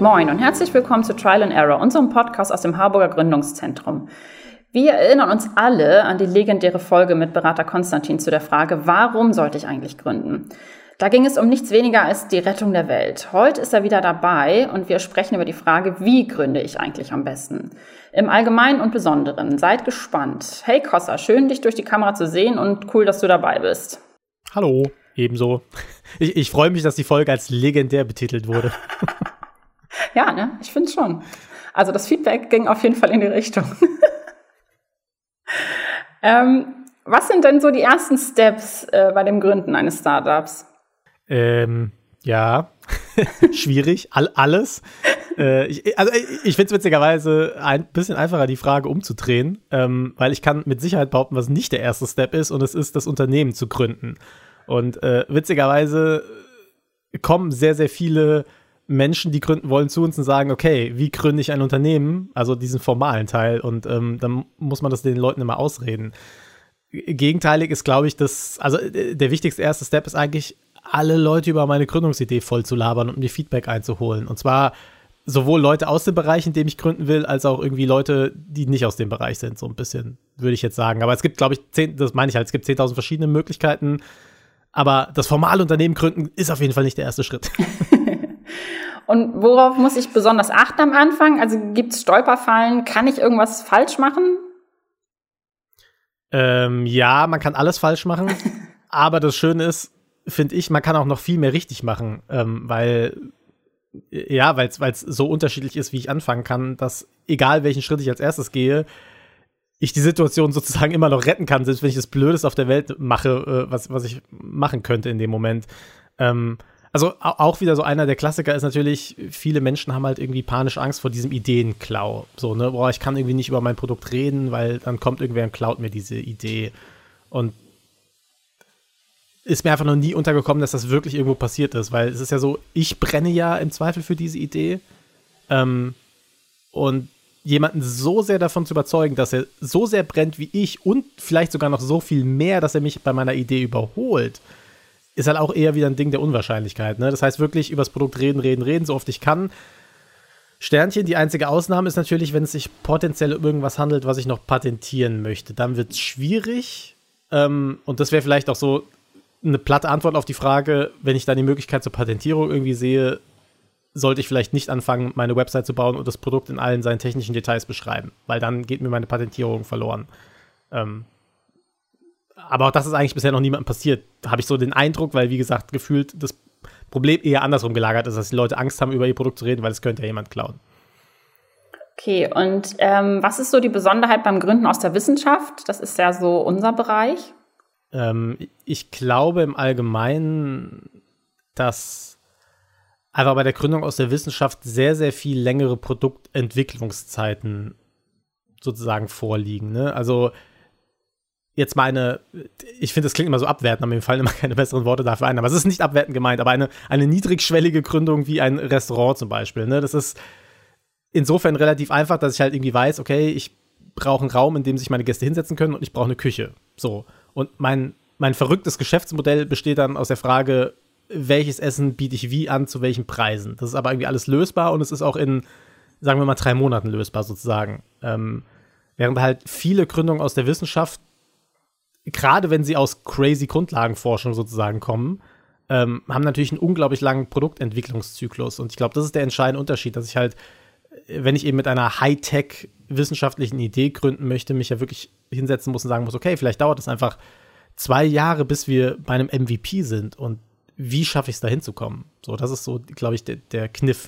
Moin und herzlich willkommen zu Trial and Error, unserem Podcast aus dem Harburger Gründungszentrum. Wir erinnern uns alle an die legendäre Folge mit Berater Konstantin zu der Frage, warum sollte ich eigentlich gründen? Da ging es um nichts weniger als die Rettung der Welt. Heute ist er wieder dabei und wir sprechen über die Frage, wie gründe ich eigentlich am besten? Im Allgemeinen und Besonderen. Seid gespannt. Hey Kossa, schön dich durch die Kamera zu sehen und cool, dass du dabei bist. Hallo, ebenso. Ich freue mich, dass die Folge als legendär betitelt wurde. Ja, ne? Ich finde schon. Also das Feedback ging auf jeden Fall in die Richtung. Was sind denn so die ersten Steps bei dem Gründen eines Startups? Ja, schwierig, alles. Ich finde es witzigerweise ein bisschen einfacher, die Frage umzudrehen, weil ich kann mit Sicherheit behaupten, was nicht der erste Step ist, und es ist, das Unternehmen zu gründen. Und witzigerweise kommen sehr, sehr viele Menschen, die gründen wollen, zu uns und sagen, okay, wie gründe ich ein Unternehmen? Also diesen formalen Teil. Und dann muss man das den Leuten immer ausreden. Gegenteilig ist, glaube ich, der wichtigste erste Step ist eigentlich, alle Leute über meine Gründungsidee voll zu labern und mir Feedback einzuholen. Und zwar sowohl Leute aus dem Bereich, in dem ich gründen will, als auch irgendwie Leute, die nicht aus dem Bereich sind, so ein bisschen, würde ich jetzt sagen. Aber es gibt, glaube ich, es gibt 10.000 verschiedene Möglichkeiten. Aber das formale Unternehmen gründen ist auf jeden Fall nicht der erste Schritt. Und worauf muss ich besonders achten am Anfang? Also gibt es Stolperfallen? Kann ich irgendwas falsch machen? Ja, man kann alles falsch machen. Aber das Schöne ist, finde ich, man kann auch noch viel mehr richtig machen, weil es so unterschiedlich ist, wie ich anfangen kann, dass egal welchen Schritt ich als erstes gehe, ich die Situation sozusagen immer noch retten kann, selbst wenn ich das Blödeste auf der Welt mache, was ich machen könnte in dem Moment. Also auch wieder so einer der Klassiker ist natürlich, viele Menschen haben halt irgendwie panische Angst vor diesem Ideenklau. So, ne, boah, ich kann irgendwie nicht über mein Produkt reden, weil dann kommt irgendwer und klaut mir diese Idee. Und ist mir einfach noch nie untergekommen, dass das wirklich irgendwo passiert ist, weil es ist ja so, ich brenne ja im Zweifel für diese Idee. Und jemanden so sehr davon zu überzeugen, dass er so sehr brennt wie ich und vielleicht sogar noch so viel mehr, dass er mich bei meiner Idee überholt, ist halt auch eher wieder ein Ding der Unwahrscheinlichkeit. Ne? Das heißt wirklich, über das Produkt reden, so oft ich kann. Sternchen, die einzige Ausnahme ist natürlich, wenn es sich potenziell um irgendwas handelt, was ich noch patentieren möchte. Dann wird es schwierig. Und das wäre vielleicht auch so eine platte Antwort auf die Frage, wenn ich dann die Möglichkeit zur Patentierung irgendwie sehe, sollte ich vielleicht nicht anfangen, meine Website zu bauen und das Produkt in allen seinen technischen Details beschreiben, weil dann geht mir meine Patentierung verloren. Aber auch das ist eigentlich bisher noch niemandem passiert, habe ich so den Eindruck, weil, wie gesagt, gefühlt das Problem eher andersrum gelagert ist, dass die Leute Angst haben, über ihr Produkt zu reden, weil es könnte ja jemand klauen. Okay, und was ist so die Besonderheit beim Gründen aus der Wissenschaft? Das ist ja so unser Bereich. Ich glaube im Allgemeinen, dass einfach bei der Gründung aus der Wissenschaft sehr, sehr viel längere Produktentwicklungszeiten sozusagen vorliegen. Ne? Also jetzt mal ich finde, das klingt immer so abwertend, aber mir fallen immer keine besseren Worte dafür ein, aber es ist nicht abwertend gemeint, aber eine niedrigschwellige Gründung wie ein Restaurant zum Beispiel. Ne? Das ist insofern relativ einfach, dass ich halt irgendwie weiß, okay, ich brauche einen Raum, in dem sich meine Gäste hinsetzen können und ich brauche eine Küche. So. Und mein verrücktes Geschäftsmodell besteht dann aus der Frage, welches Essen biete ich wie an, zu welchen Preisen. Das ist aber irgendwie alles lösbar und es ist auch in, sagen wir mal, 3 Monaten lösbar sozusagen. Während halt viele Gründungen aus der Wissenschaft, gerade wenn sie aus crazy Grundlagenforschung sozusagen kommen, haben natürlich einen unglaublich langen Produktentwicklungszyklus. Und ich glaube, das ist der entscheidende Unterschied, dass ich halt, wenn ich eben mit einer Hightech wissenschaftlichen Idee gründen möchte, mich ja wirklich hinsetzen muss und sagen muss, okay, vielleicht dauert es einfach 2 Jahre, bis wir bei einem MVP sind. Und wie schaffe ich es, da hinzukommen? So, das ist so, glaube ich, der Kniff.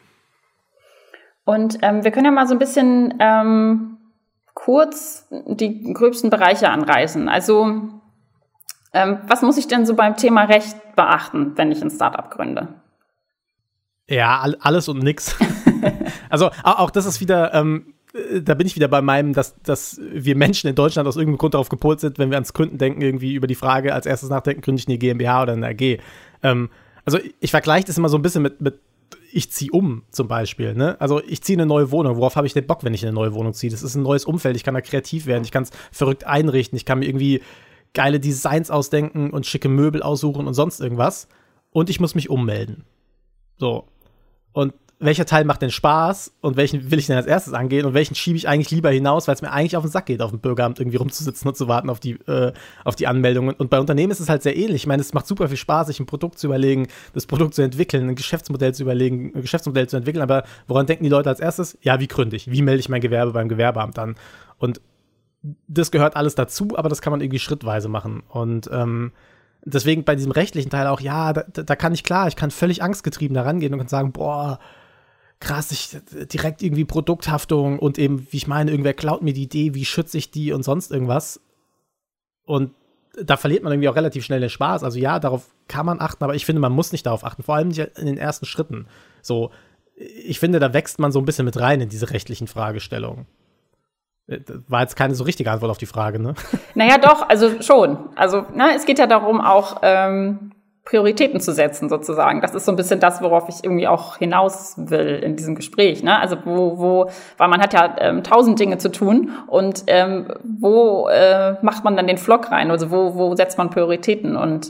Und wir können ja mal so ein bisschen kurz die gröbsten Bereiche anreißen. Also, was muss ich denn so beim Thema Recht beachten, wenn ich ein Startup gründe? Ja, alles und nix. Also auch das ist wieder, da bin ich wieder bei meinem, dass wir Menschen in Deutschland aus irgendeinem Grund darauf gepolt sind, wenn wir ans Gründen denken, irgendwie über die Frage als erstes nachdenken, gründe ich eine GmbH oder eine AG. Also ich vergleiche das immer so ein bisschen mit ich ziehe um zum Beispiel. Ne? Also ich ziehe eine neue Wohnung. Worauf habe ich denn Bock, wenn ich eine neue Wohnung ziehe? Das ist ein neues Umfeld. Ich kann da kreativ werden. Ich kann es verrückt einrichten. Ich kann mir irgendwie geile Designs ausdenken und schicke Möbel aussuchen und sonst irgendwas. Und ich muss mich ummelden. So. Und welcher Teil macht denn Spaß und welchen will ich denn als erstes angehen und welchen schiebe ich eigentlich lieber hinaus, weil es mir eigentlich auf den Sack geht, auf dem Bürgeramt irgendwie rumzusitzen und zu warten auf die Anmeldungen. Und bei Unternehmen ist es halt sehr ähnlich. Ich meine, es macht super viel Spaß, sich ein Produkt zu überlegen, das Produkt zu entwickeln, ein Geschäftsmodell zu überlegen, ein Geschäftsmodell zu entwickeln. Aber woran denken die Leute als erstes? Ja, wie gründe ich? Wie melde ich mein Gewerbe beim Gewerbeamt an? Und das gehört alles dazu, aber das kann man irgendwie schrittweise machen. Und deswegen bei diesem rechtlichen Teil auch, ja, da kann ich kann völlig angstgetrieben da rangehen und kann sagen, boah, krass, direkt irgendwie Produkthaftung und eben, wie ich meine, irgendwer klaut mir die Idee, wie schütze ich die und sonst irgendwas. Und da verliert man irgendwie auch relativ schnell den Spaß. Also ja, darauf kann man achten, aber ich finde, man muss nicht darauf achten, vor allem nicht in den ersten Schritten. So, ich finde, da wächst man so ein bisschen mit rein in diese rechtlichen Fragestellungen. Das war jetzt keine so richtige Antwort auf die Frage, ne? Naja, doch, also schon. Also, es geht ja darum, auch Prioritäten zu setzen, sozusagen. Das ist so ein bisschen das, worauf ich irgendwie auch hinaus will in diesem Gespräch, ne? Also, weil man hat ja 1000 Dinge zu tun und wo macht man dann den Flock rein? Also, wo setzt man Prioritäten? Und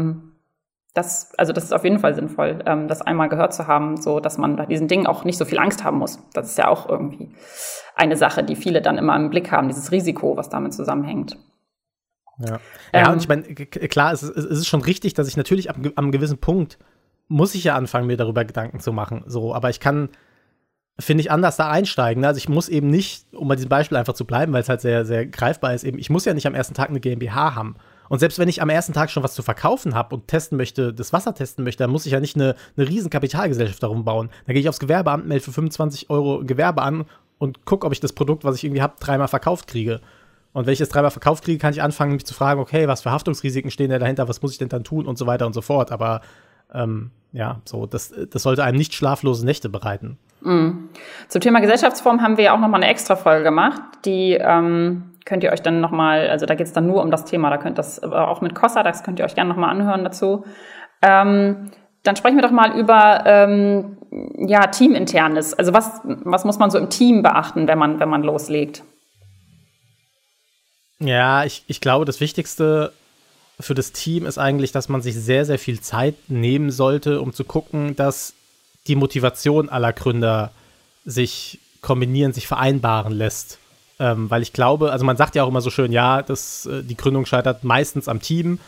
das ist auf jeden Fall sinnvoll, das einmal gehört zu haben, so dass man bei diesen Dingen auch nicht so viel Angst haben muss. Das ist ja auch irgendwie eine Sache, die viele dann immer im Blick haben, dieses Risiko, was damit zusammenhängt. Ja, und ich meine, klar, es ist schon richtig, dass ich natürlich am einem gewissen Punkt muss ich ja anfangen, mir darüber Gedanken zu machen. So, aber ich kann, finde ich, anders da einsteigen. Also ich muss eben nicht, um bei diesem Beispiel einfach zu bleiben, weil es halt sehr, sehr greifbar ist, eben, ich muss ja nicht am ersten Tag eine GmbH haben. Und selbst wenn ich am ersten Tag schon was zu verkaufen habe und testen möchte, das Wasser testen möchte, dann muss ich ja nicht eine riesen Kapitalgesellschaft darum bauen. Dann gehe ich aufs Gewerbeamt, melde für 25 € ein Gewerbe an und gucke, ob ich das Produkt, was ich irgendwie habe, 3-mal verkauft kriege. Und wenn ich das 3-mal verkauft kriege, kann ich anfangen, mich zu fragen, okay, was für Haftungsrisiken stehen da dahinter, was muss ich denn dann tun und so weiter und so fort. Aber das sollte einem nicht schlaflose Nächte bereiten. Mhm. Zum Thema Gesellschaftsform haben wir ja auch nochmal eine extra Folge gemacht, die könnt ihr euch dann nochmal, also da geht es dann nur um das Thema, da könnt das auch mit Kossa, das könnt ihr euch gerne nochmal anhören dazu. Dann sprechen wir doch mal über Teaminternes. Also was muss man so im Team beachten, wenn man loslegt? Ja, ich glaube, das Wichtigste für das Team ist eigentlich, dass man sich sehr, sehr viel Zeit nehmen sollte, um zu gucken, dass die Motivation aller Gründer sich kombinieren, sich vereinbaren lässt. Weil ich glaube, also man sagt ja auch immer so schön, ja, die Gründung scheitert meistens am Team.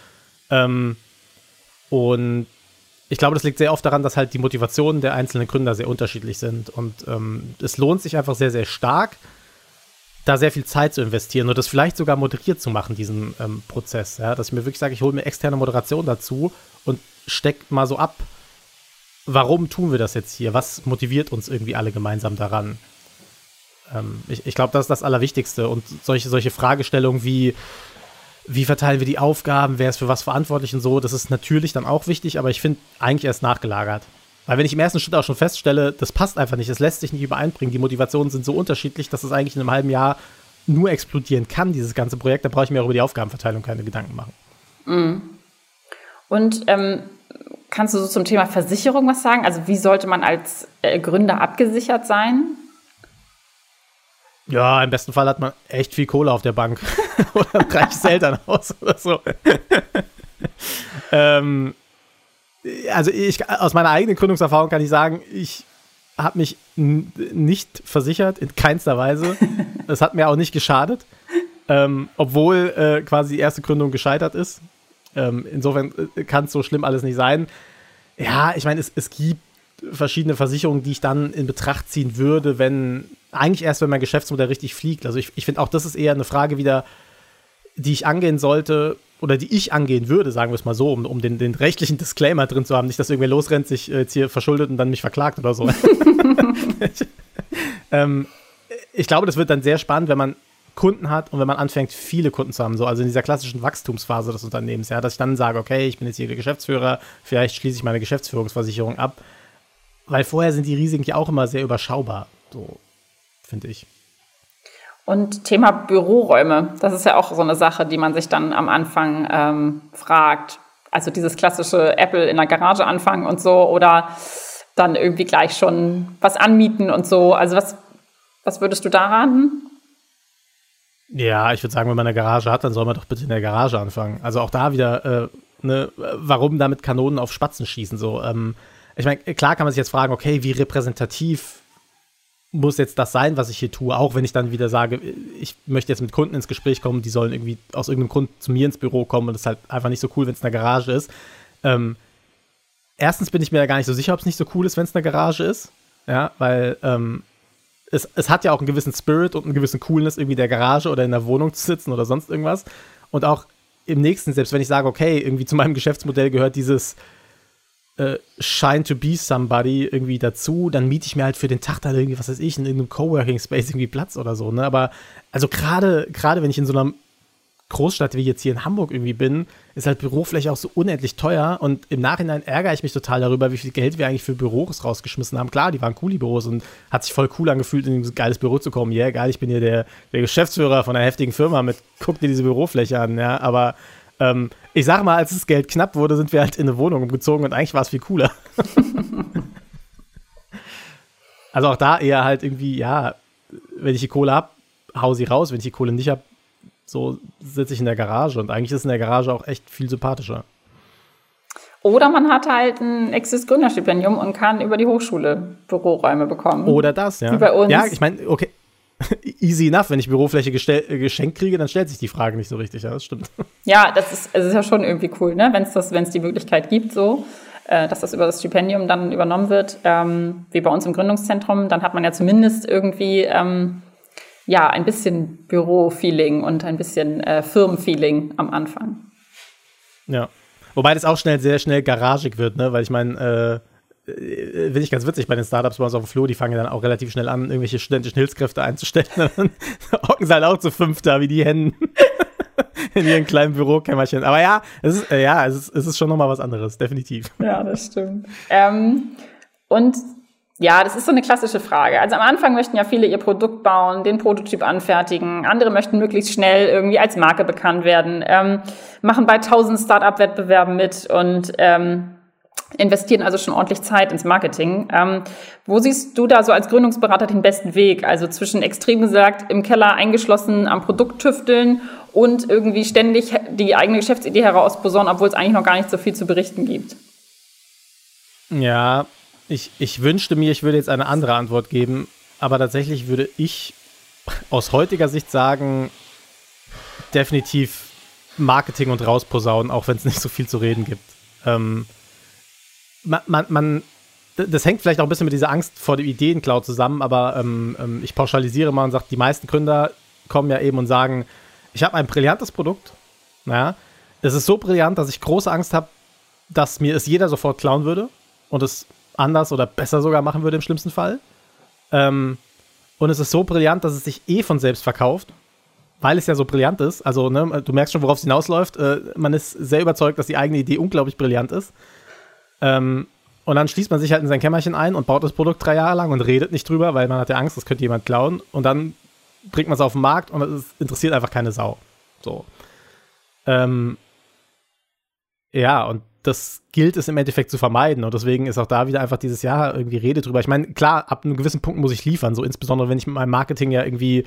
Und ich glaube, das liegt sehr oft daran, dass halt die Motivationen der einzelnen Gründer sehr unterschiedlich sind. Und es lohnt sich einfach sehr, sehr stark, da sehr viel Zeit zu investieren und das vielleicht sogar moderiert zu machen, diesen Prozess. Ja? Dass ich mir wirklich sage, ich hole mir externe Moderation dazu und stecke mal so ab, warum tun wir das jetzt hier? Was motiviert uns irgendwie alle gemeinsam daran? Ich glaube, das ist das Allerwichtigste. Und solche Fragestellungen wie verteilen wir die Aufgaben, wer ist für was verantwortlich und so, das ist natürlich dann auch wichtig, aber ich finde eigentlich erst nachgelagert. Weil wenn ich im ersten Schritt auch schon feststelle, das passt einfach nicht, es lässt sich nicht übereinbringen, die Motivationen sind so unterschiedlich, dass es eigentlich in einem halben Jahr nur explodieren kann, dieses ganze Projekt, da brauche ich mir auch über die Aufgabenverteilung keine Gedanken machen. Mhm. Und kannst du so zum Thema Versicherung was sagen? Also wie sollte man als Gründer abgesichert sein? Ja, im besten Fall hat man echt viel Kohle auf der Bank oder ein reiches Elternhaus oder so. Also aus meiner eigenen Gründungserfahrung kann ich sagen, ich habe mich nicht versichert, in keinster Weise. Das hat mir auch nicht geschadet, obwohl quasi die erste Gründung gescheitert ist. Insofern kann es so schlimm alles nicht sein. Ja, ich meine, es gibt verschiedene Versicherungen, die ich dann in Betracht ziehen würde, wenn mein Geschäftsmodell richtig fliegt. Also ich finde auch, das ist eher eine Frage wieder, die ich angehen sollte oder die ich angehen würde, sagen wir es mal so, um den rechtlichen Disclaimer drin zu haben. Nicht, dass irgendwer losrennt, sich jetzt hier verschuldet und dann mich verklagt oder so. Ich glaube, das wird dann sehr spannend, wenn man Kunden hat und wenn man anfängt, viele Kunden zu haben, so, also in dieser klassischen Wachstumsphase des Unternehmens, ja, dass ich dann sage, okay, ich bin jetzt hier der Geschäftsführer, vielleicht schließe ich meine Geschäftsführungsversicherung ab, weil vorher sind die Risiken ja auch immer sehr überschaubar, so finde ich. Und Thema Büroräume, das ist ja auch so eine Sache, die man sich dann am Anfang fragt. Also dieses klassische Apple in der Garage anfangen und so oder dann irgendwie gleich schon was anmieten und so. Also was würdest du da raten? Ja, ich würde sagen, wenn man eine Garage hat, dann soll man doch bitte in der Garage anfangen. Also auch da wieder, warum damit Kanonen auf Spatzen schießen, so. ich meine, klar kann man sich jetzt fragen, okay, wie repräsentativ muss jetzt das sein, was ich hier tue, auch wenn ich dann wieder sage, ich möchte jetzt mit Kunden ins Gespräch kommen, die sollen irgendwie aus irgendeinem Grund zu mir ins Büro kommen und das ist halt einfach nicht so cool, wenn es in der Garage ist. Erstens bin ich mir ja gar nicht so sicher, ob es nicht so cool ist, wenn es eine Garage ist, ja, weil es hat ja auch einen gewissen Spirit und einen gewissen Coolness, irgendwie in der Garage oder in der Wohnung zu sitzen oder sonst irgendwas und auch im nächsten, selbst wenn ich sage, okay, irgendwie zu meinem Geschäftsmodell gehört dieses Shine to be somebody irgendwie dazu, dann miete ich mir halt für den Tag dann irgendwie, was weiß ich, in irgendeinem Coworking Space irgendwie Platz oder so, ne? Aber also gerade wenn ich in so einer Großstadt wie jetzt hier in Hamburg irgendwie bin, ist halt Bürofläche auch so unendlich teuer und im Nachhinein ärgere ich mich total darüber, wie viel Geld wir eigentlich für Büros rausgeschmissen haben. Klar, die waren cool, die Büros, und hat sich voll cool angefühlt, in ein geiles Büro zu kommen. Ja, yeah, geil, ich bin hier der Geschäftsführer von einer heftigen Firma guck dir diese Bürofläche an, ja, aber ich sag mal, als das Geld knapp wurde, sind wir halt in eine Wohnung umgezogen und eigentlich war es viel cooler. Also auch da eher halt irgendwie, ja, wenn ich die Kohle hab, hau sie raus, wenn ich die Kohle nicht hab, so sitze ich in der Garage und eigentlich ist in der Garage auch echt viel sympathischer. Oder man hat halt ein Exist-Gründerstipendium und kann über die Hochschule Büroräume bekommen. Oder das, ja. Wie bei uns. Ja, ich meine, okay, easy enough, wenn ich Bürofläche geschenkt kriege, dann stellt sich die Frage nicht so richtig, ja, das stimmt. Ja, es ist ja schon irgendwie cool, ne, wenn es die Möglichkeit gibt, so, dass das über das Stipendium dann übernommen wird, wie bei uns im Gründungszentrum, dann hat man ja zumindest irgendwie, ja, ein bisschen Büro-Feeling und ein bisschen Firmen-Feeling am Anfang. Ja, wobei das auch sehr schnell garagig wird, ne, weil ich meine, finde ich ganz witzig bei den Startups bei uns auf dem Flur, die fangen dann auch relativ schnell an, irgendwelche studentischen Hilfskräfte einzustellen. Dann hocken sie halt auch zu 5 da, wie die Hennen in ihren kleinen Bürokämmerchen. Aber ja, es ist schon nochmal was anderes, definitiv. Ja, das stimmt. Und ja, das ist so eine klassische Frage. Also am Anfang möchten ja viele ihr Produkt bauen, den Prototyp anfertigen. Andere möchten möglichst schnell irgendwie als Marke bekannt werden, machen bei 1000 Startup-Wettbewerben mit und investieren also schon ordentlich Zeit ins Marketing. Wo siehst du da so als Gründungsberater den besten Weg? Also zwischen extrem gesagt im Keller eingeschlossen am Produkt tüfteln und irgendwie ständig die eigene Geschäftsidee herausposaunen, obwohl es eigentlich noch gar nicht so viel zu berichten gibt. Ja, ich wünschte mir, ich würde jetzt eine andere Antwort geben, aber tatsächlich würde ich aus heutiger Sicht sagen, definitiv Marketing und rausposaunen, auch wenn es nicht so viel zu reden gibt. Das hängt vielleicht auch ein bisschen mit dieser Angst vor dem Ideenklau zusammen, aber ich pauschalisiere mal und sage, die meisten Gründer kommen ja eben und sagen, ich habe ein brillantes Produkt, naja, es ist so brillant, dass ich große Angst habe, dass mir es jeder sofort klauen würde und es anders oder besser sogar machen würde im schlimmsten Fall. Und es ist so brillant, dass es sich von selbst verkauft, weil es ja so brillant ist. Also, ne, du merkst schon, worauf es hinausläuft. Man ist sehr überzeugt, dass die eigene Idee unglaublich brillant ist. Und dann schließt man sich halt in sein Kämmerchen ein und baut das Produkt 3 Jahre lang und redet nicht drüber, weil man hat ja Angst, das könnte jemand klauen. Und dann bringt man es auf den Markt und es interessiert einfach keine Sau. So. Ja, und das gilt es im Endeffekt zu vermeiden. Und deswegen ist auch da wieder einfach dieses Jahr irgendwie Rede drüber. Ich meine, klar, ab einem gewissen Punkt muss ich liefern. So insbesondere, wenn ich mit meinem Marketing ja irgendwie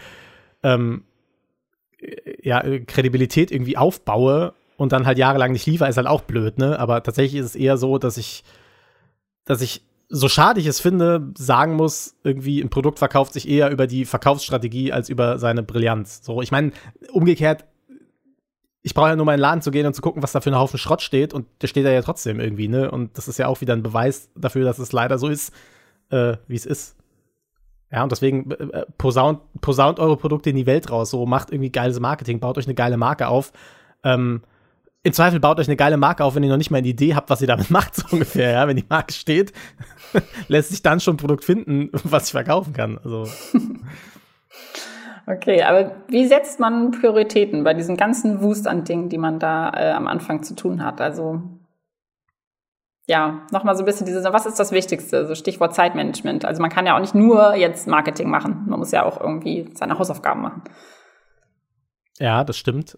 Kredibilität irgendwie aufbaue und dann halt jahrelang nicht liefere, ist halt auch blöd, ne? Aber tatsächlich ist es eher so, dass ich, so schade ich es finde, sagen muss, irgendwie ein Produkt verkauft sich eher über die Verkaufsstrategie als über seine Brillanz. So, ich meine, umgekehrt, ich brauche ja nur mal in den Laden zu gehen und zu gucken, was da für ein Haufen Schrott steht und der steht da ja trotzdem irgendwie, ne? Und das ist ja auch wieder ein Beweis dafür, dass es leider so ist, wie es ist. Ja, und deswegen posaunt eure Produkte in die Welt raus, so macht irgendwie geiles Marketing, baut euch eine geile Marke auf. Im Zweifel baut euch eine geile Marke auf, wenn ihr noch nicht mal eine Idee habt, was ihr damit macht, so ungefähr, ja. Wenn die Marke steht, lässt sich dann schon ein Produkt finden, was ich verkaufen kann. Also. Okay, aber wie setzt man Prioritäten bei diesem ganzen Wust an Dingen, die man da am Anfang zu tun hat? Also, ja, nochmal so ein bisschen was ist das Wichtigste? So Stichwort Zeitmanagement. Also man kann ja auch nicht nur jetzt Marketing machen. Man muss ja auch irgendwie seine Hausaufgaben machen. Ja, das stimmt.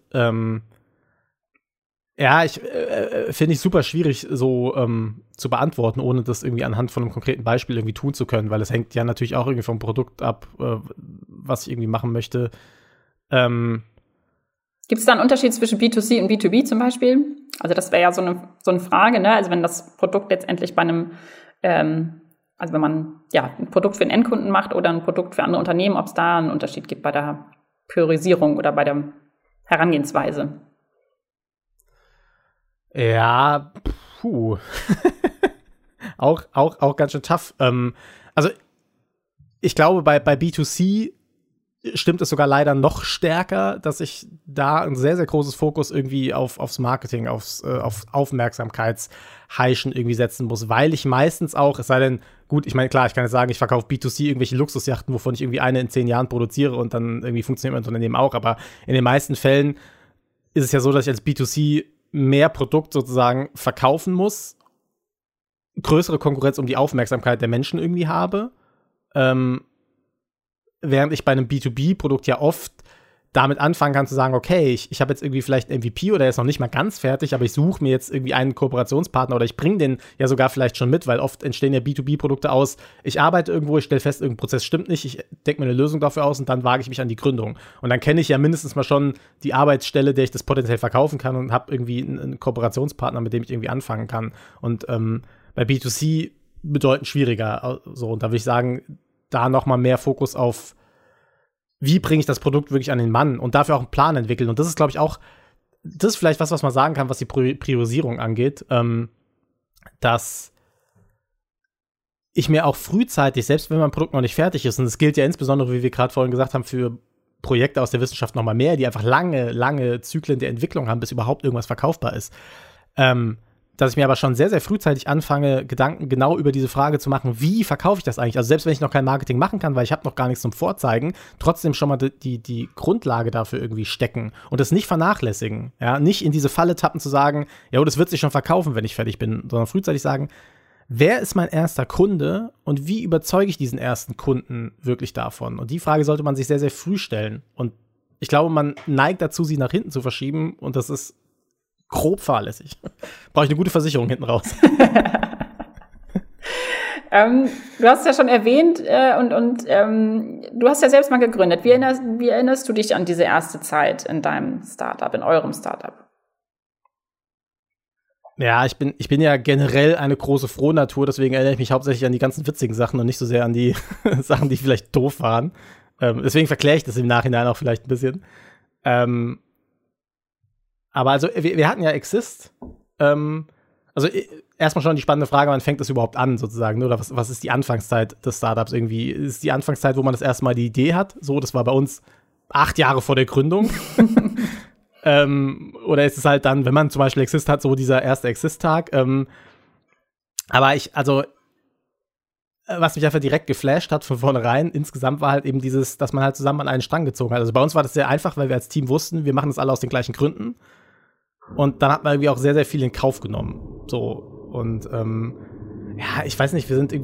Ja, finde ich super schwierig so zu beantworten, ohne das irgendwie anhand von einem konkreten Beispiel irgendwie tun zu können, weil es hängt ja natürlich auch irgendwie vom Produkt ab, was ich irgendwie machen möchte. Gibt es da einen Unterschied zwischen B2C und B2B zum Beispiel? Also das wäre ja so eine Frage, ne? Also wenn das Produkt letztendlich bei einem Also wenn man ein Produkt für einen Endkunden macht oder ein Produkt für andere Unternehmen, ob es da einen Unterschied gibt bei der Priorisierung oder bei der Herangehensweise. Ja, auch ganz schön tough. Also ich glaube, bei B2C stimmt es sogar leider noch stärker, dass ich da ein sehr, sehr großes Fokus irgendwie aufs Marketing, auf Aufmerksamkeitsheischen irgendwie setzen muss, weil ich meistens auch, es sei denn, gut, ich meine, klar, ich kann jetzt sagen, ich verkaufe B2C irgendwelche Luxusjachten, wovon ich irgendwie eine in 10 Jahren produziere und dann irgendwie funktioniert mein Unternehmen auch, aber in den meisten Fällen ist es ja so, dass ich als B2C mehr Produkt sozusagen verkaufen muss, größere Konkurrenz um die Aufmerksamkeit der Menschen irgendwie habe, während ich bei einem B2B-Produkt ja oft damit anfangen kann zu sagen, okay, ich habe jetzt irgendwie vielleicht ein MVP oder er ist noch nicht mal ganz fertig, aber ich suche mir jetzt irgendwie einen Kooperationspartner oder ich bringe den ja sogar vielleicht schon mit, weil oft entstehen ja B2B-Produkte aus, ich arbeite irgendwo, ich stelle fest, irgendein Prozess stimmt nicht, ich denke mir eine Lösung dafür aus und dann wage ich mich an die Gründung. Und dann kenne ich ja mindestens mal schon die Arbeitsstelle, der ich das potenziell verkaufen kann und habe irgendwie einen Kooperationspartner, mit dem ich irgendwie anfangen kann. Und bei B2C bedeutend schwieriger. So, und da würde ich sagen, da noch mal mehr Fokus auf, wie bringe ich das Produkt wirklich an den Mann und dafür auch einen Plan entwickeln. Und das ist, glaube ich, auch, das ist vielleicht was man sagen kann, was die Priorisierung angeht, dass ich mir auch frühzeitig, selbst wenn mein Produkt noch nicht fertig ist, und das gilt ja insbesondere, wie wir gerade vorhin gesagt haben, für Projekte aus der Wissenschaft noch mal mehr, die einfach lange Zyklen der Entwicklung haben, bis überhaupt irgendwas verkaufbar ist, dass ich mir aber schon sehr, sehr frühzeitig anfange, Gedanken genau über diese Frage zu machen, wie verkaufe ich das eigentlich? Also selbst wenn ich noch kein Marketing machen kann, weil ich habe noch gar nichts zum Vorzeigen, trotzdem schon mal die Grundlage dafür irgendwie stecken und das nicht vernachlässigen. Ja? Nicht in diese Falle tappen zu sagen, ja, das wird sich schon verkaufen, wenn ich fertig bin, sondern frühzeitig sagen, wer ist mein erster Kunde und wie überzeuge ich diesen ersten Kunden wirklich davon? Und die Frage sollte man sich sehr, sehr früh stellen. Und ich glaube, man neigt dazu, sie nach hinten zu verschieben und das ist grob fahrlässig. Brauche ich eine gute Versicherung hinten raus. Du hast es ja schon erwähnt und du hast ja selbst mal gegründet. Wie erinnerst du dich an diese erste Zeit in deinem Startup, in eurem Startup? Ja, ich bin ja generell eine große Frohnatur, deswegen erinnere ich mich hauptsächlich an die ganzen witzigen Sachen und nicht so sehr an die Sachen, die vielleicht doof waren. Deswegen verkläre ich das im Nachhinein auch vielleicht ein bisschen. Aber also, wir hatten ja Exist. Also erstmal schon die spannende Frage, wann fängt das überhaupt an, sozusagen, oder was ist die Anfangszeit des Startups irgendwie? Ist die Anfangszeit, wo man das erste Mal die Idee hat? So, das war bei uns 8 Jahre vor der Gründung. Oder ist es halt dann, wenn man zum Beispiel Exist hat, so dieser erste Exist-Tag? Aber was mich einfach direkt geflasht hat von vornherein, insgesamt war halt eben dieses, dass man halt zusammen an einen Strang gezogen hat. Also bei uns war das sehr einfach, weil wir als Team wussten, wir machen das alle aus den gleichen Gründen. Und dann hat man irgendwie auch sehr, sehr viel in Kauf genommen. So, und ja, ich weiß nicht, wir sind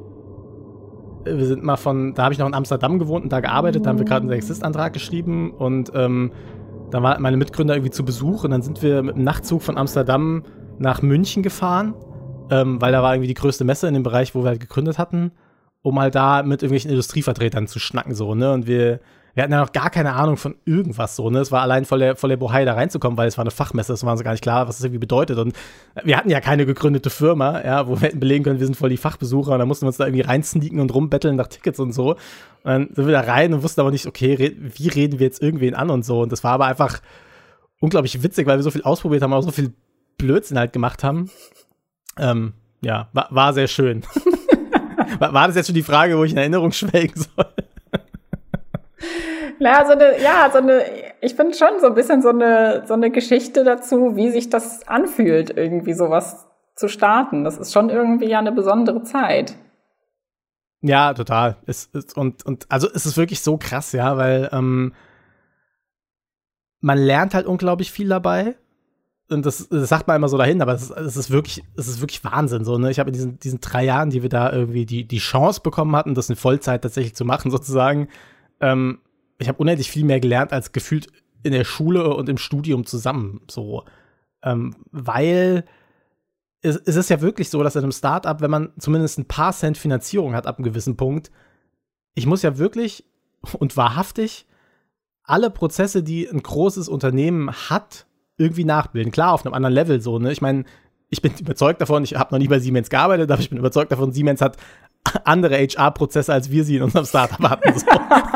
mal da habe ich noch in Amsterdam gewohnt und da gearbeitet, da haben wir gerade einen Exist-Antrag geschrieben und dann waren meine Mitgründer irgendwie zu Besuch und dann sind wir mit dem Nachtzug von Amsterdam nach München gefahren, weil da war irgendwie die größte Messe in dem Bereich, wo wir halt gegründet hatten, um halt da mit irgendwelchen Industrievertretern zu schnacken, so, ne, und wir hatten ja noch gar keine Ahnung von irgendwas, so, ne, es war allein voll der Bohai da reinzukommen, weil es war eine Fachmesse, es war uns gar nicht klar, was das irgendwie bedeutet und wir hatten ja keine gegründete Firma, ja, wo wir hätten belegen können, wir sind voll die Fachbesucher und dann mussten wir uns da irgendwie reinsneaken und rumbetteln nach Tickets und so und dann sind wir da rein und wussten aber nicht, okay, wie reden wir jetzt irgendwen an und so und das war aber einfach unglaublich witzig, weil wir so viel ausprobiert haben, auch so viel Blödsinn halt gemacht haben. Ja, war sehr schön. War das jetzt schon die Frage, wo ich in Erinnerung schwelgen soll? Ja, ich finde schon so ein bisschen so eine Geschichte dazu, wie sich das anfühlt, irgendwie sowas zu starten. Das ist schon irgendwie ja eine besondere Zeit. Ja, total. Also es ist wirklich so krass, ja, weil man lernt halt unglaublich viel dabei. Und das sagt man immer so dahin, aber es ist wirklich Wahnsinn. So, ne? Ich habe in diesen 3 Jahren, die wir da irgendwie die Chance bekommen hatten, das in Vollzeit tatsächlich zu machen, sozusagen, ich habe unendlich viel mehr gelernt als gefühlt in der Schule und im Studium zusammen. So. Weil es ist ja wirklich so, dass in einem Startup, wenn man zumindest ein paar Cent Finanzierung hat ab einem gewissen Punkt, ich muss ja wirklich und wahrhaftig alle Prozesse, die ein großes Unternehmen hat, irgendwie nachbilden. Klar, auf einem anderen Level so, ne? Ich meine, ich bin überzeugt davon, ich habe noch nie bei Siemens gearbeitet, aber ich bin überzeugt davon, Siemens hat andere HR-Prozesse, als wir sie in unserem Startup hatten. So.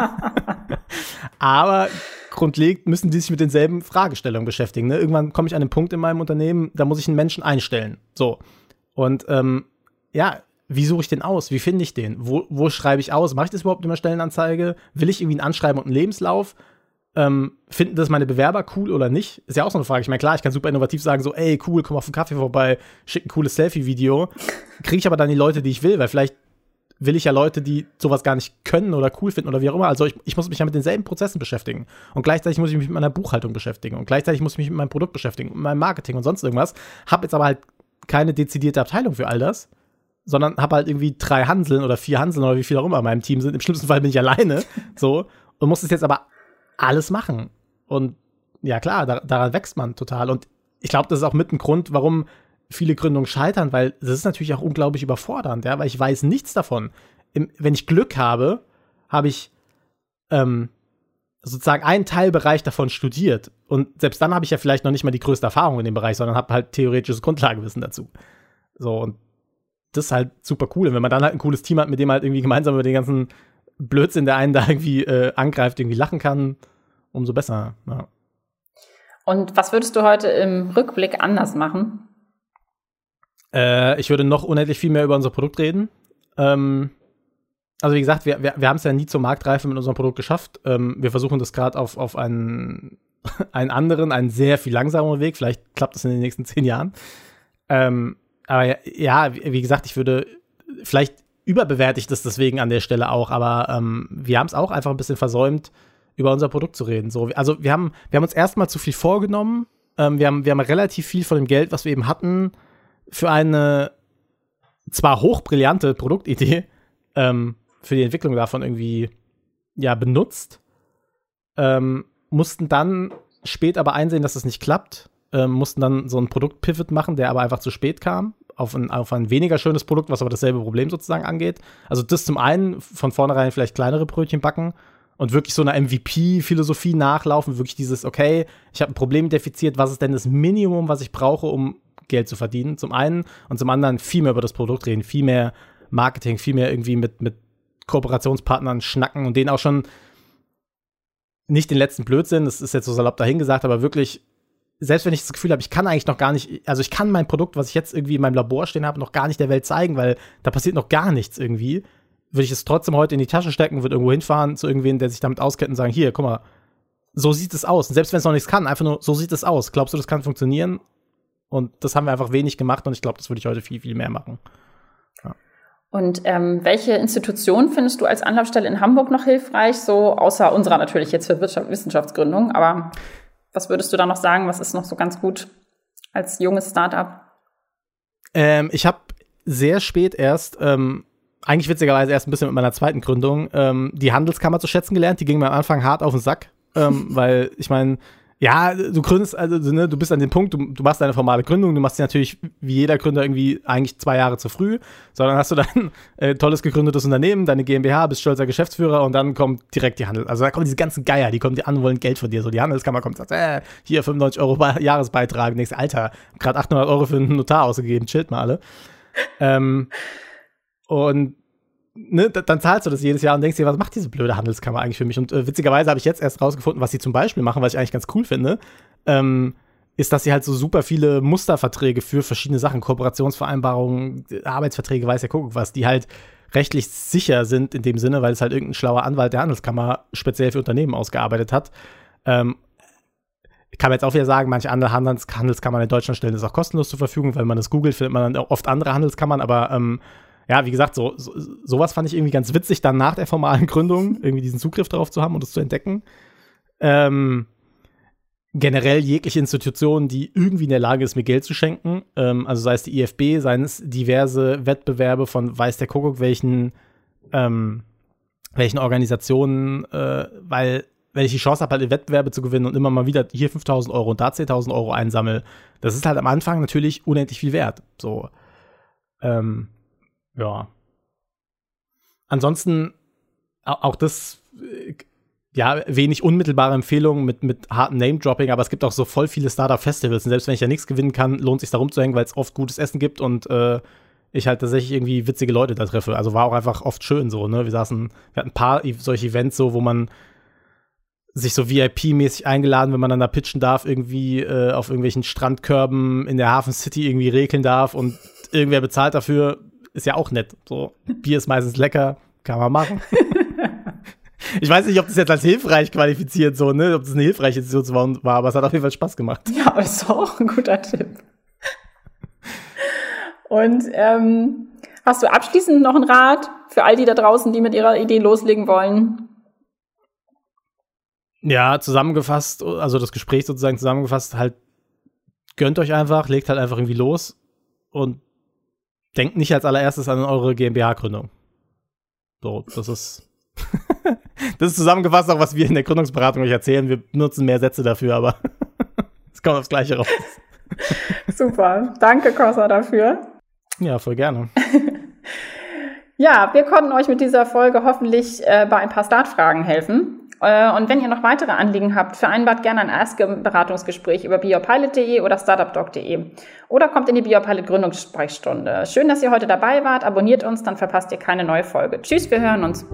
Aber grundlegend müssen die sich mit denselben Fragestellungen beschäftigen. Ne? Irgendwann komme ich an den Punkt in meinem Unternehmen, da muss ich einen Menschen einstellen. So. Und wie suche ich den aus? Wie finde ich den? Wo schreibe ich aus? Mache ich das überhaupt in einer Stellenanzeige? Will ich irgendwie ein Anschreiben und einen Lebenslauf? Finden das meine Bewerber cool oder nicht? Ist ja auch so eine Frage. Ich meine, klar, ich kann super innovativ sagen, so, ey, cool, komm auf einen Kaffee vorbei, schick ein cooles Selfie-Video. Kriege ich aber dann die Leute, die ich will, weil vielleicht will ich ja Leute, die sowas gar nicht können oder cool finden oder wie auch immer. Also ich muss mich ja mit denselben Prozessen beschäftigen. Und gleichzeitig muss ich mich mit meiner Buchhaltung beschäftigen. Und gleichzeitig muss ich mich mit meinem Produkt beschäftigen, mit meinem Marketing und sonst irgendwas. Hab jetzt aber halt keine dezidierte Abteilung für all das, sondern habe halt irgendwie 3 Hanseln oder 4 Hanseln oder wie viel auch immer in meinem Team sind. Im schlimmsten Fall bin ich alleine. So. Und muss es jetzt aber alles machen. Und ja, klar, daran wächst man total. Und ich glaube, das ist auch mit ein Grund, warum viele Gründungen scheitern, weil das ist natürlich auch unglaublich überfordernd, ja, weil ich weiß nichts davon. Wenn ich Glück habe, habe ich sozusagen einen Teilbereich davon studiert. Und selbst dann habe ich ja vielleicht noch nicht mal die größte Erfahrung in dem Bereich, sondern habe halt theoretisches Grundlagenwissen dazu. So, und das ist halt super cool. Und wenn man dann halt ein cooles Team hat, mit dem halt irgendwie gemeinsam über den ganzen Blödsinn, der einen da irgendwie angreift, irgendwie lachen kann, umso besser. Ja. Und was würdest du heute im Rückblick anders machen? Ich würde noch unendlich viel mehr über unser Produkt reden. Also wie gesagt, wir haben es ja nie zur Marktreife mit unserem Produkt geschafft. Wir versuchen das gerade auf einen anderen, einen sehr viel langsameren Weg. Vielleicht klappt das in den nächsten 10 Jahren. Aber ja, wie gesagt, vielleicht überbewerte ich das deswegen an der Stelle auch, aber wir haben es auch einfach ein bisschen versäumt, über unser Produkt zu reden. So, also wir haben uns erstmal zu viel vorgenommen. Wir haben relativ viel von dem Geld, was wir eben hatten, für eine zwar hochbrillante Produktidee für die Entwicklung davon irgendwie benutzt, mussten dann spät aber einsehen, dass das nicht klappt, mussten dann so einen Produktpivot machen, der aber einfach zu spät kam, auf ein weniger schönes Produkt, was aber dasselbe Problem sozusagen angeht. Also das zum einen, von vornherein vielleicht kleinere Brötchen backen und wirklich so einer MVP-Philosophie nachlaufen, wirklich dieses, okay, ich habe ein Problem identifiziert, was ist denn das Minimum, was ich brauche, um Geld zu verdienen, zum einen, und zum anderen viel mehr über das Produkt reden, viel mehr Marketing, viel mehr irgendwie mit Kooperationspartnern schnacken und denen auch schon nicht den letzten Blödsinn, das ist jetzt so salopp dahingesagt, aber wirklich, selbst wenn ich das Gefühl habe, ich kann eigentlich noch gar nicht, also ich kann mein Produkt, was ich jetzt irgendwie in meinem Labor stehen habe, noch gar nicht der Welt zeigen, weil da passiert noch gar nichts irgendwie, würde ich es trotzdem heute in die Tasche stecken, würde irgendwo hinfahren zu irgendwen, der sich damit auskennt und sagen, hier, guck mal, so sieht es aus. Und selbst wenn es noch nichts kann, einfach nur, so sieht es aus. Glaubst du, das kann funktionieren? Und das haben wir einfach wenig gemacht und ich glaube, das würde ich heute viel, viel mehr machen. Ja. Und welche Institution findest du als Anlaufstelle in Hamburg noch hilfreich? So außer unserer natürlich jetzt für Wissenschaftsgründung, aber was würdest du da noch sagen? Was ist noch so ganz gut als junges Startup? Ich habe sehr spät erst, eigentlich witzigerweise erst ein bisschen mit meiner zweiten Gründung, die Handelskammer zu schätzen gelernt. Die ging mir am Anfang hart auf den Sack, weil ich meine, ja, du gründest, also ne, du bist an dem Punkt, du machst deine formale Gründung, du machst sie natürlich wie jeder Gründer irgendwie eigentlich 2 Jahre zu früh, sondern hast du dein tolles gegründetes Unternehmen, deine GmbH, bist stolzer Geschäftsführer und dann kommt direkt die Handel. Also da kommen diese ganzen Geier, die kommen dir an, wollen Geld von dir. So die Handelskammer kommt und sagt, hier 95 € Jahresbeitrag, denkst, Alter, hab gerade 800 € für einen Notar ausgegeben, chillt mal alle. Und ne, dann zahlst du das jedes Jahr und denkst dir, was macht diese blöde Handelskammer eigentlich für mich? Und witzigerweise habe ich jetzt erst rausgefunden, was sie zum Beispiel machen, was ich eigentlich ganz cool finde, ist, dass sie halt so super viele Musterverträge für verschiedene Sachen, Kooperationsvereinbarungen, Arbeitsverträge, weiß ja guck was, die halt rechtlich sicher sind in dem Sinne, weil es halt irgendein schlauer Anwalt der Handelskammer speziell für Unternehmen ausgearbeitet hat. Ich kann jetzt auch wieder sagen, manche andere Handelskammern in Deutschland stellen das auch kostenlos zur Verfügung, weil man das googelt, findet man dann oft andere Handelskammern, aber ja, wie gesagt, sowas fand ich irgendwie ganz witzig, dann nach der formalen Gründung irgendwie diesen Zugriff darauf zu haben und das zu entdecken. Generell jegliche Institution, die irgendwie in der Lage ist, mir Geld zu schenken, also sei es die IFB, seien es diverse Wettbewerbe von weiß der Kuckuck, welchen Organisationen, weil wenn ich die Chance habe, halt Wettbewerbe zu gewinnen und immer mal wieder hier 5.000 € und da 10.000 € einsammle, das ist halt am Anfang natürlich unendlich viel wert. So, ja. Ansonsten, auch das wenig unmittelbare Empfehlungen mit hartem Name-Dropping, aber es gibt auch so voll viele Startup-Festivals und selbst wenn ich ja nichts gewinnen kann, lohnt es sich da rumzuhängen, weil es oft gutes Essen gibt und ich halt tatsächlich irgendwie witzige Leute da treffe. Also war auch einfach oft schön so, ne? Wir hatten ein paar solche Events so, wo man sich so VIP-mäßig eingeladen, wenn man dann da pitchen darf, irgendwie auf irgendwelchen Strandkörben in der Hafen City irgendwie regeln darf und irgendwer bezahlt dafür, ist ja auch nett. So, Bier ist meistens lecker, kann man machen. Ich weiß nicht, ob das jetzt als hilfreich qualifiziert, so, ne? Ob das eine hilfreiche Situation war, aber es hat auf jeden Fall Spaß gemacht. Ja, aber das ist auch ein guter Tipp. Und hast du abschließend noch einen Rat für all die da draußen, die mit ihrer Idee loslegen wollen? Ja, zusammengefasst, also das Gespräch sozusagen zusammengefasst, halt gönnt euch einfach, legt halt einfach irgendwie los und denkt nicht als allererstes an eure GmbH-Gründung. So, das ist das ist zusammengefasst auch, was wir in der Gründungsberatung euch erzählen. Wir benutzen mehr Sätze dafür, aber es kommt aufs Gleiche raus. Super, danke Corsa dafür. Ja, voll gerne. Ja, wir konnten euch mit dieser Folge hoffentlich bei ein paar Startfragen helfen. Und wenn ihr noch weitere Anliegen habt, vereinbart gerne ein Erstberatungsgespräch über biopilot.de oder startupdoc.de oder kommt in die Biopilot Gründungssprechstunde. Schön, dass ihr heute dabei wart. Abonniert uns, dann verpasst ihr keine neue Folge. Tschüss, wir hören uns.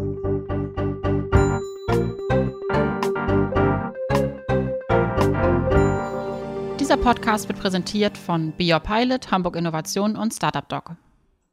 Dieser Podcast wird präsentiert von Biopilot, Hamburg Innovation und Startup Doc.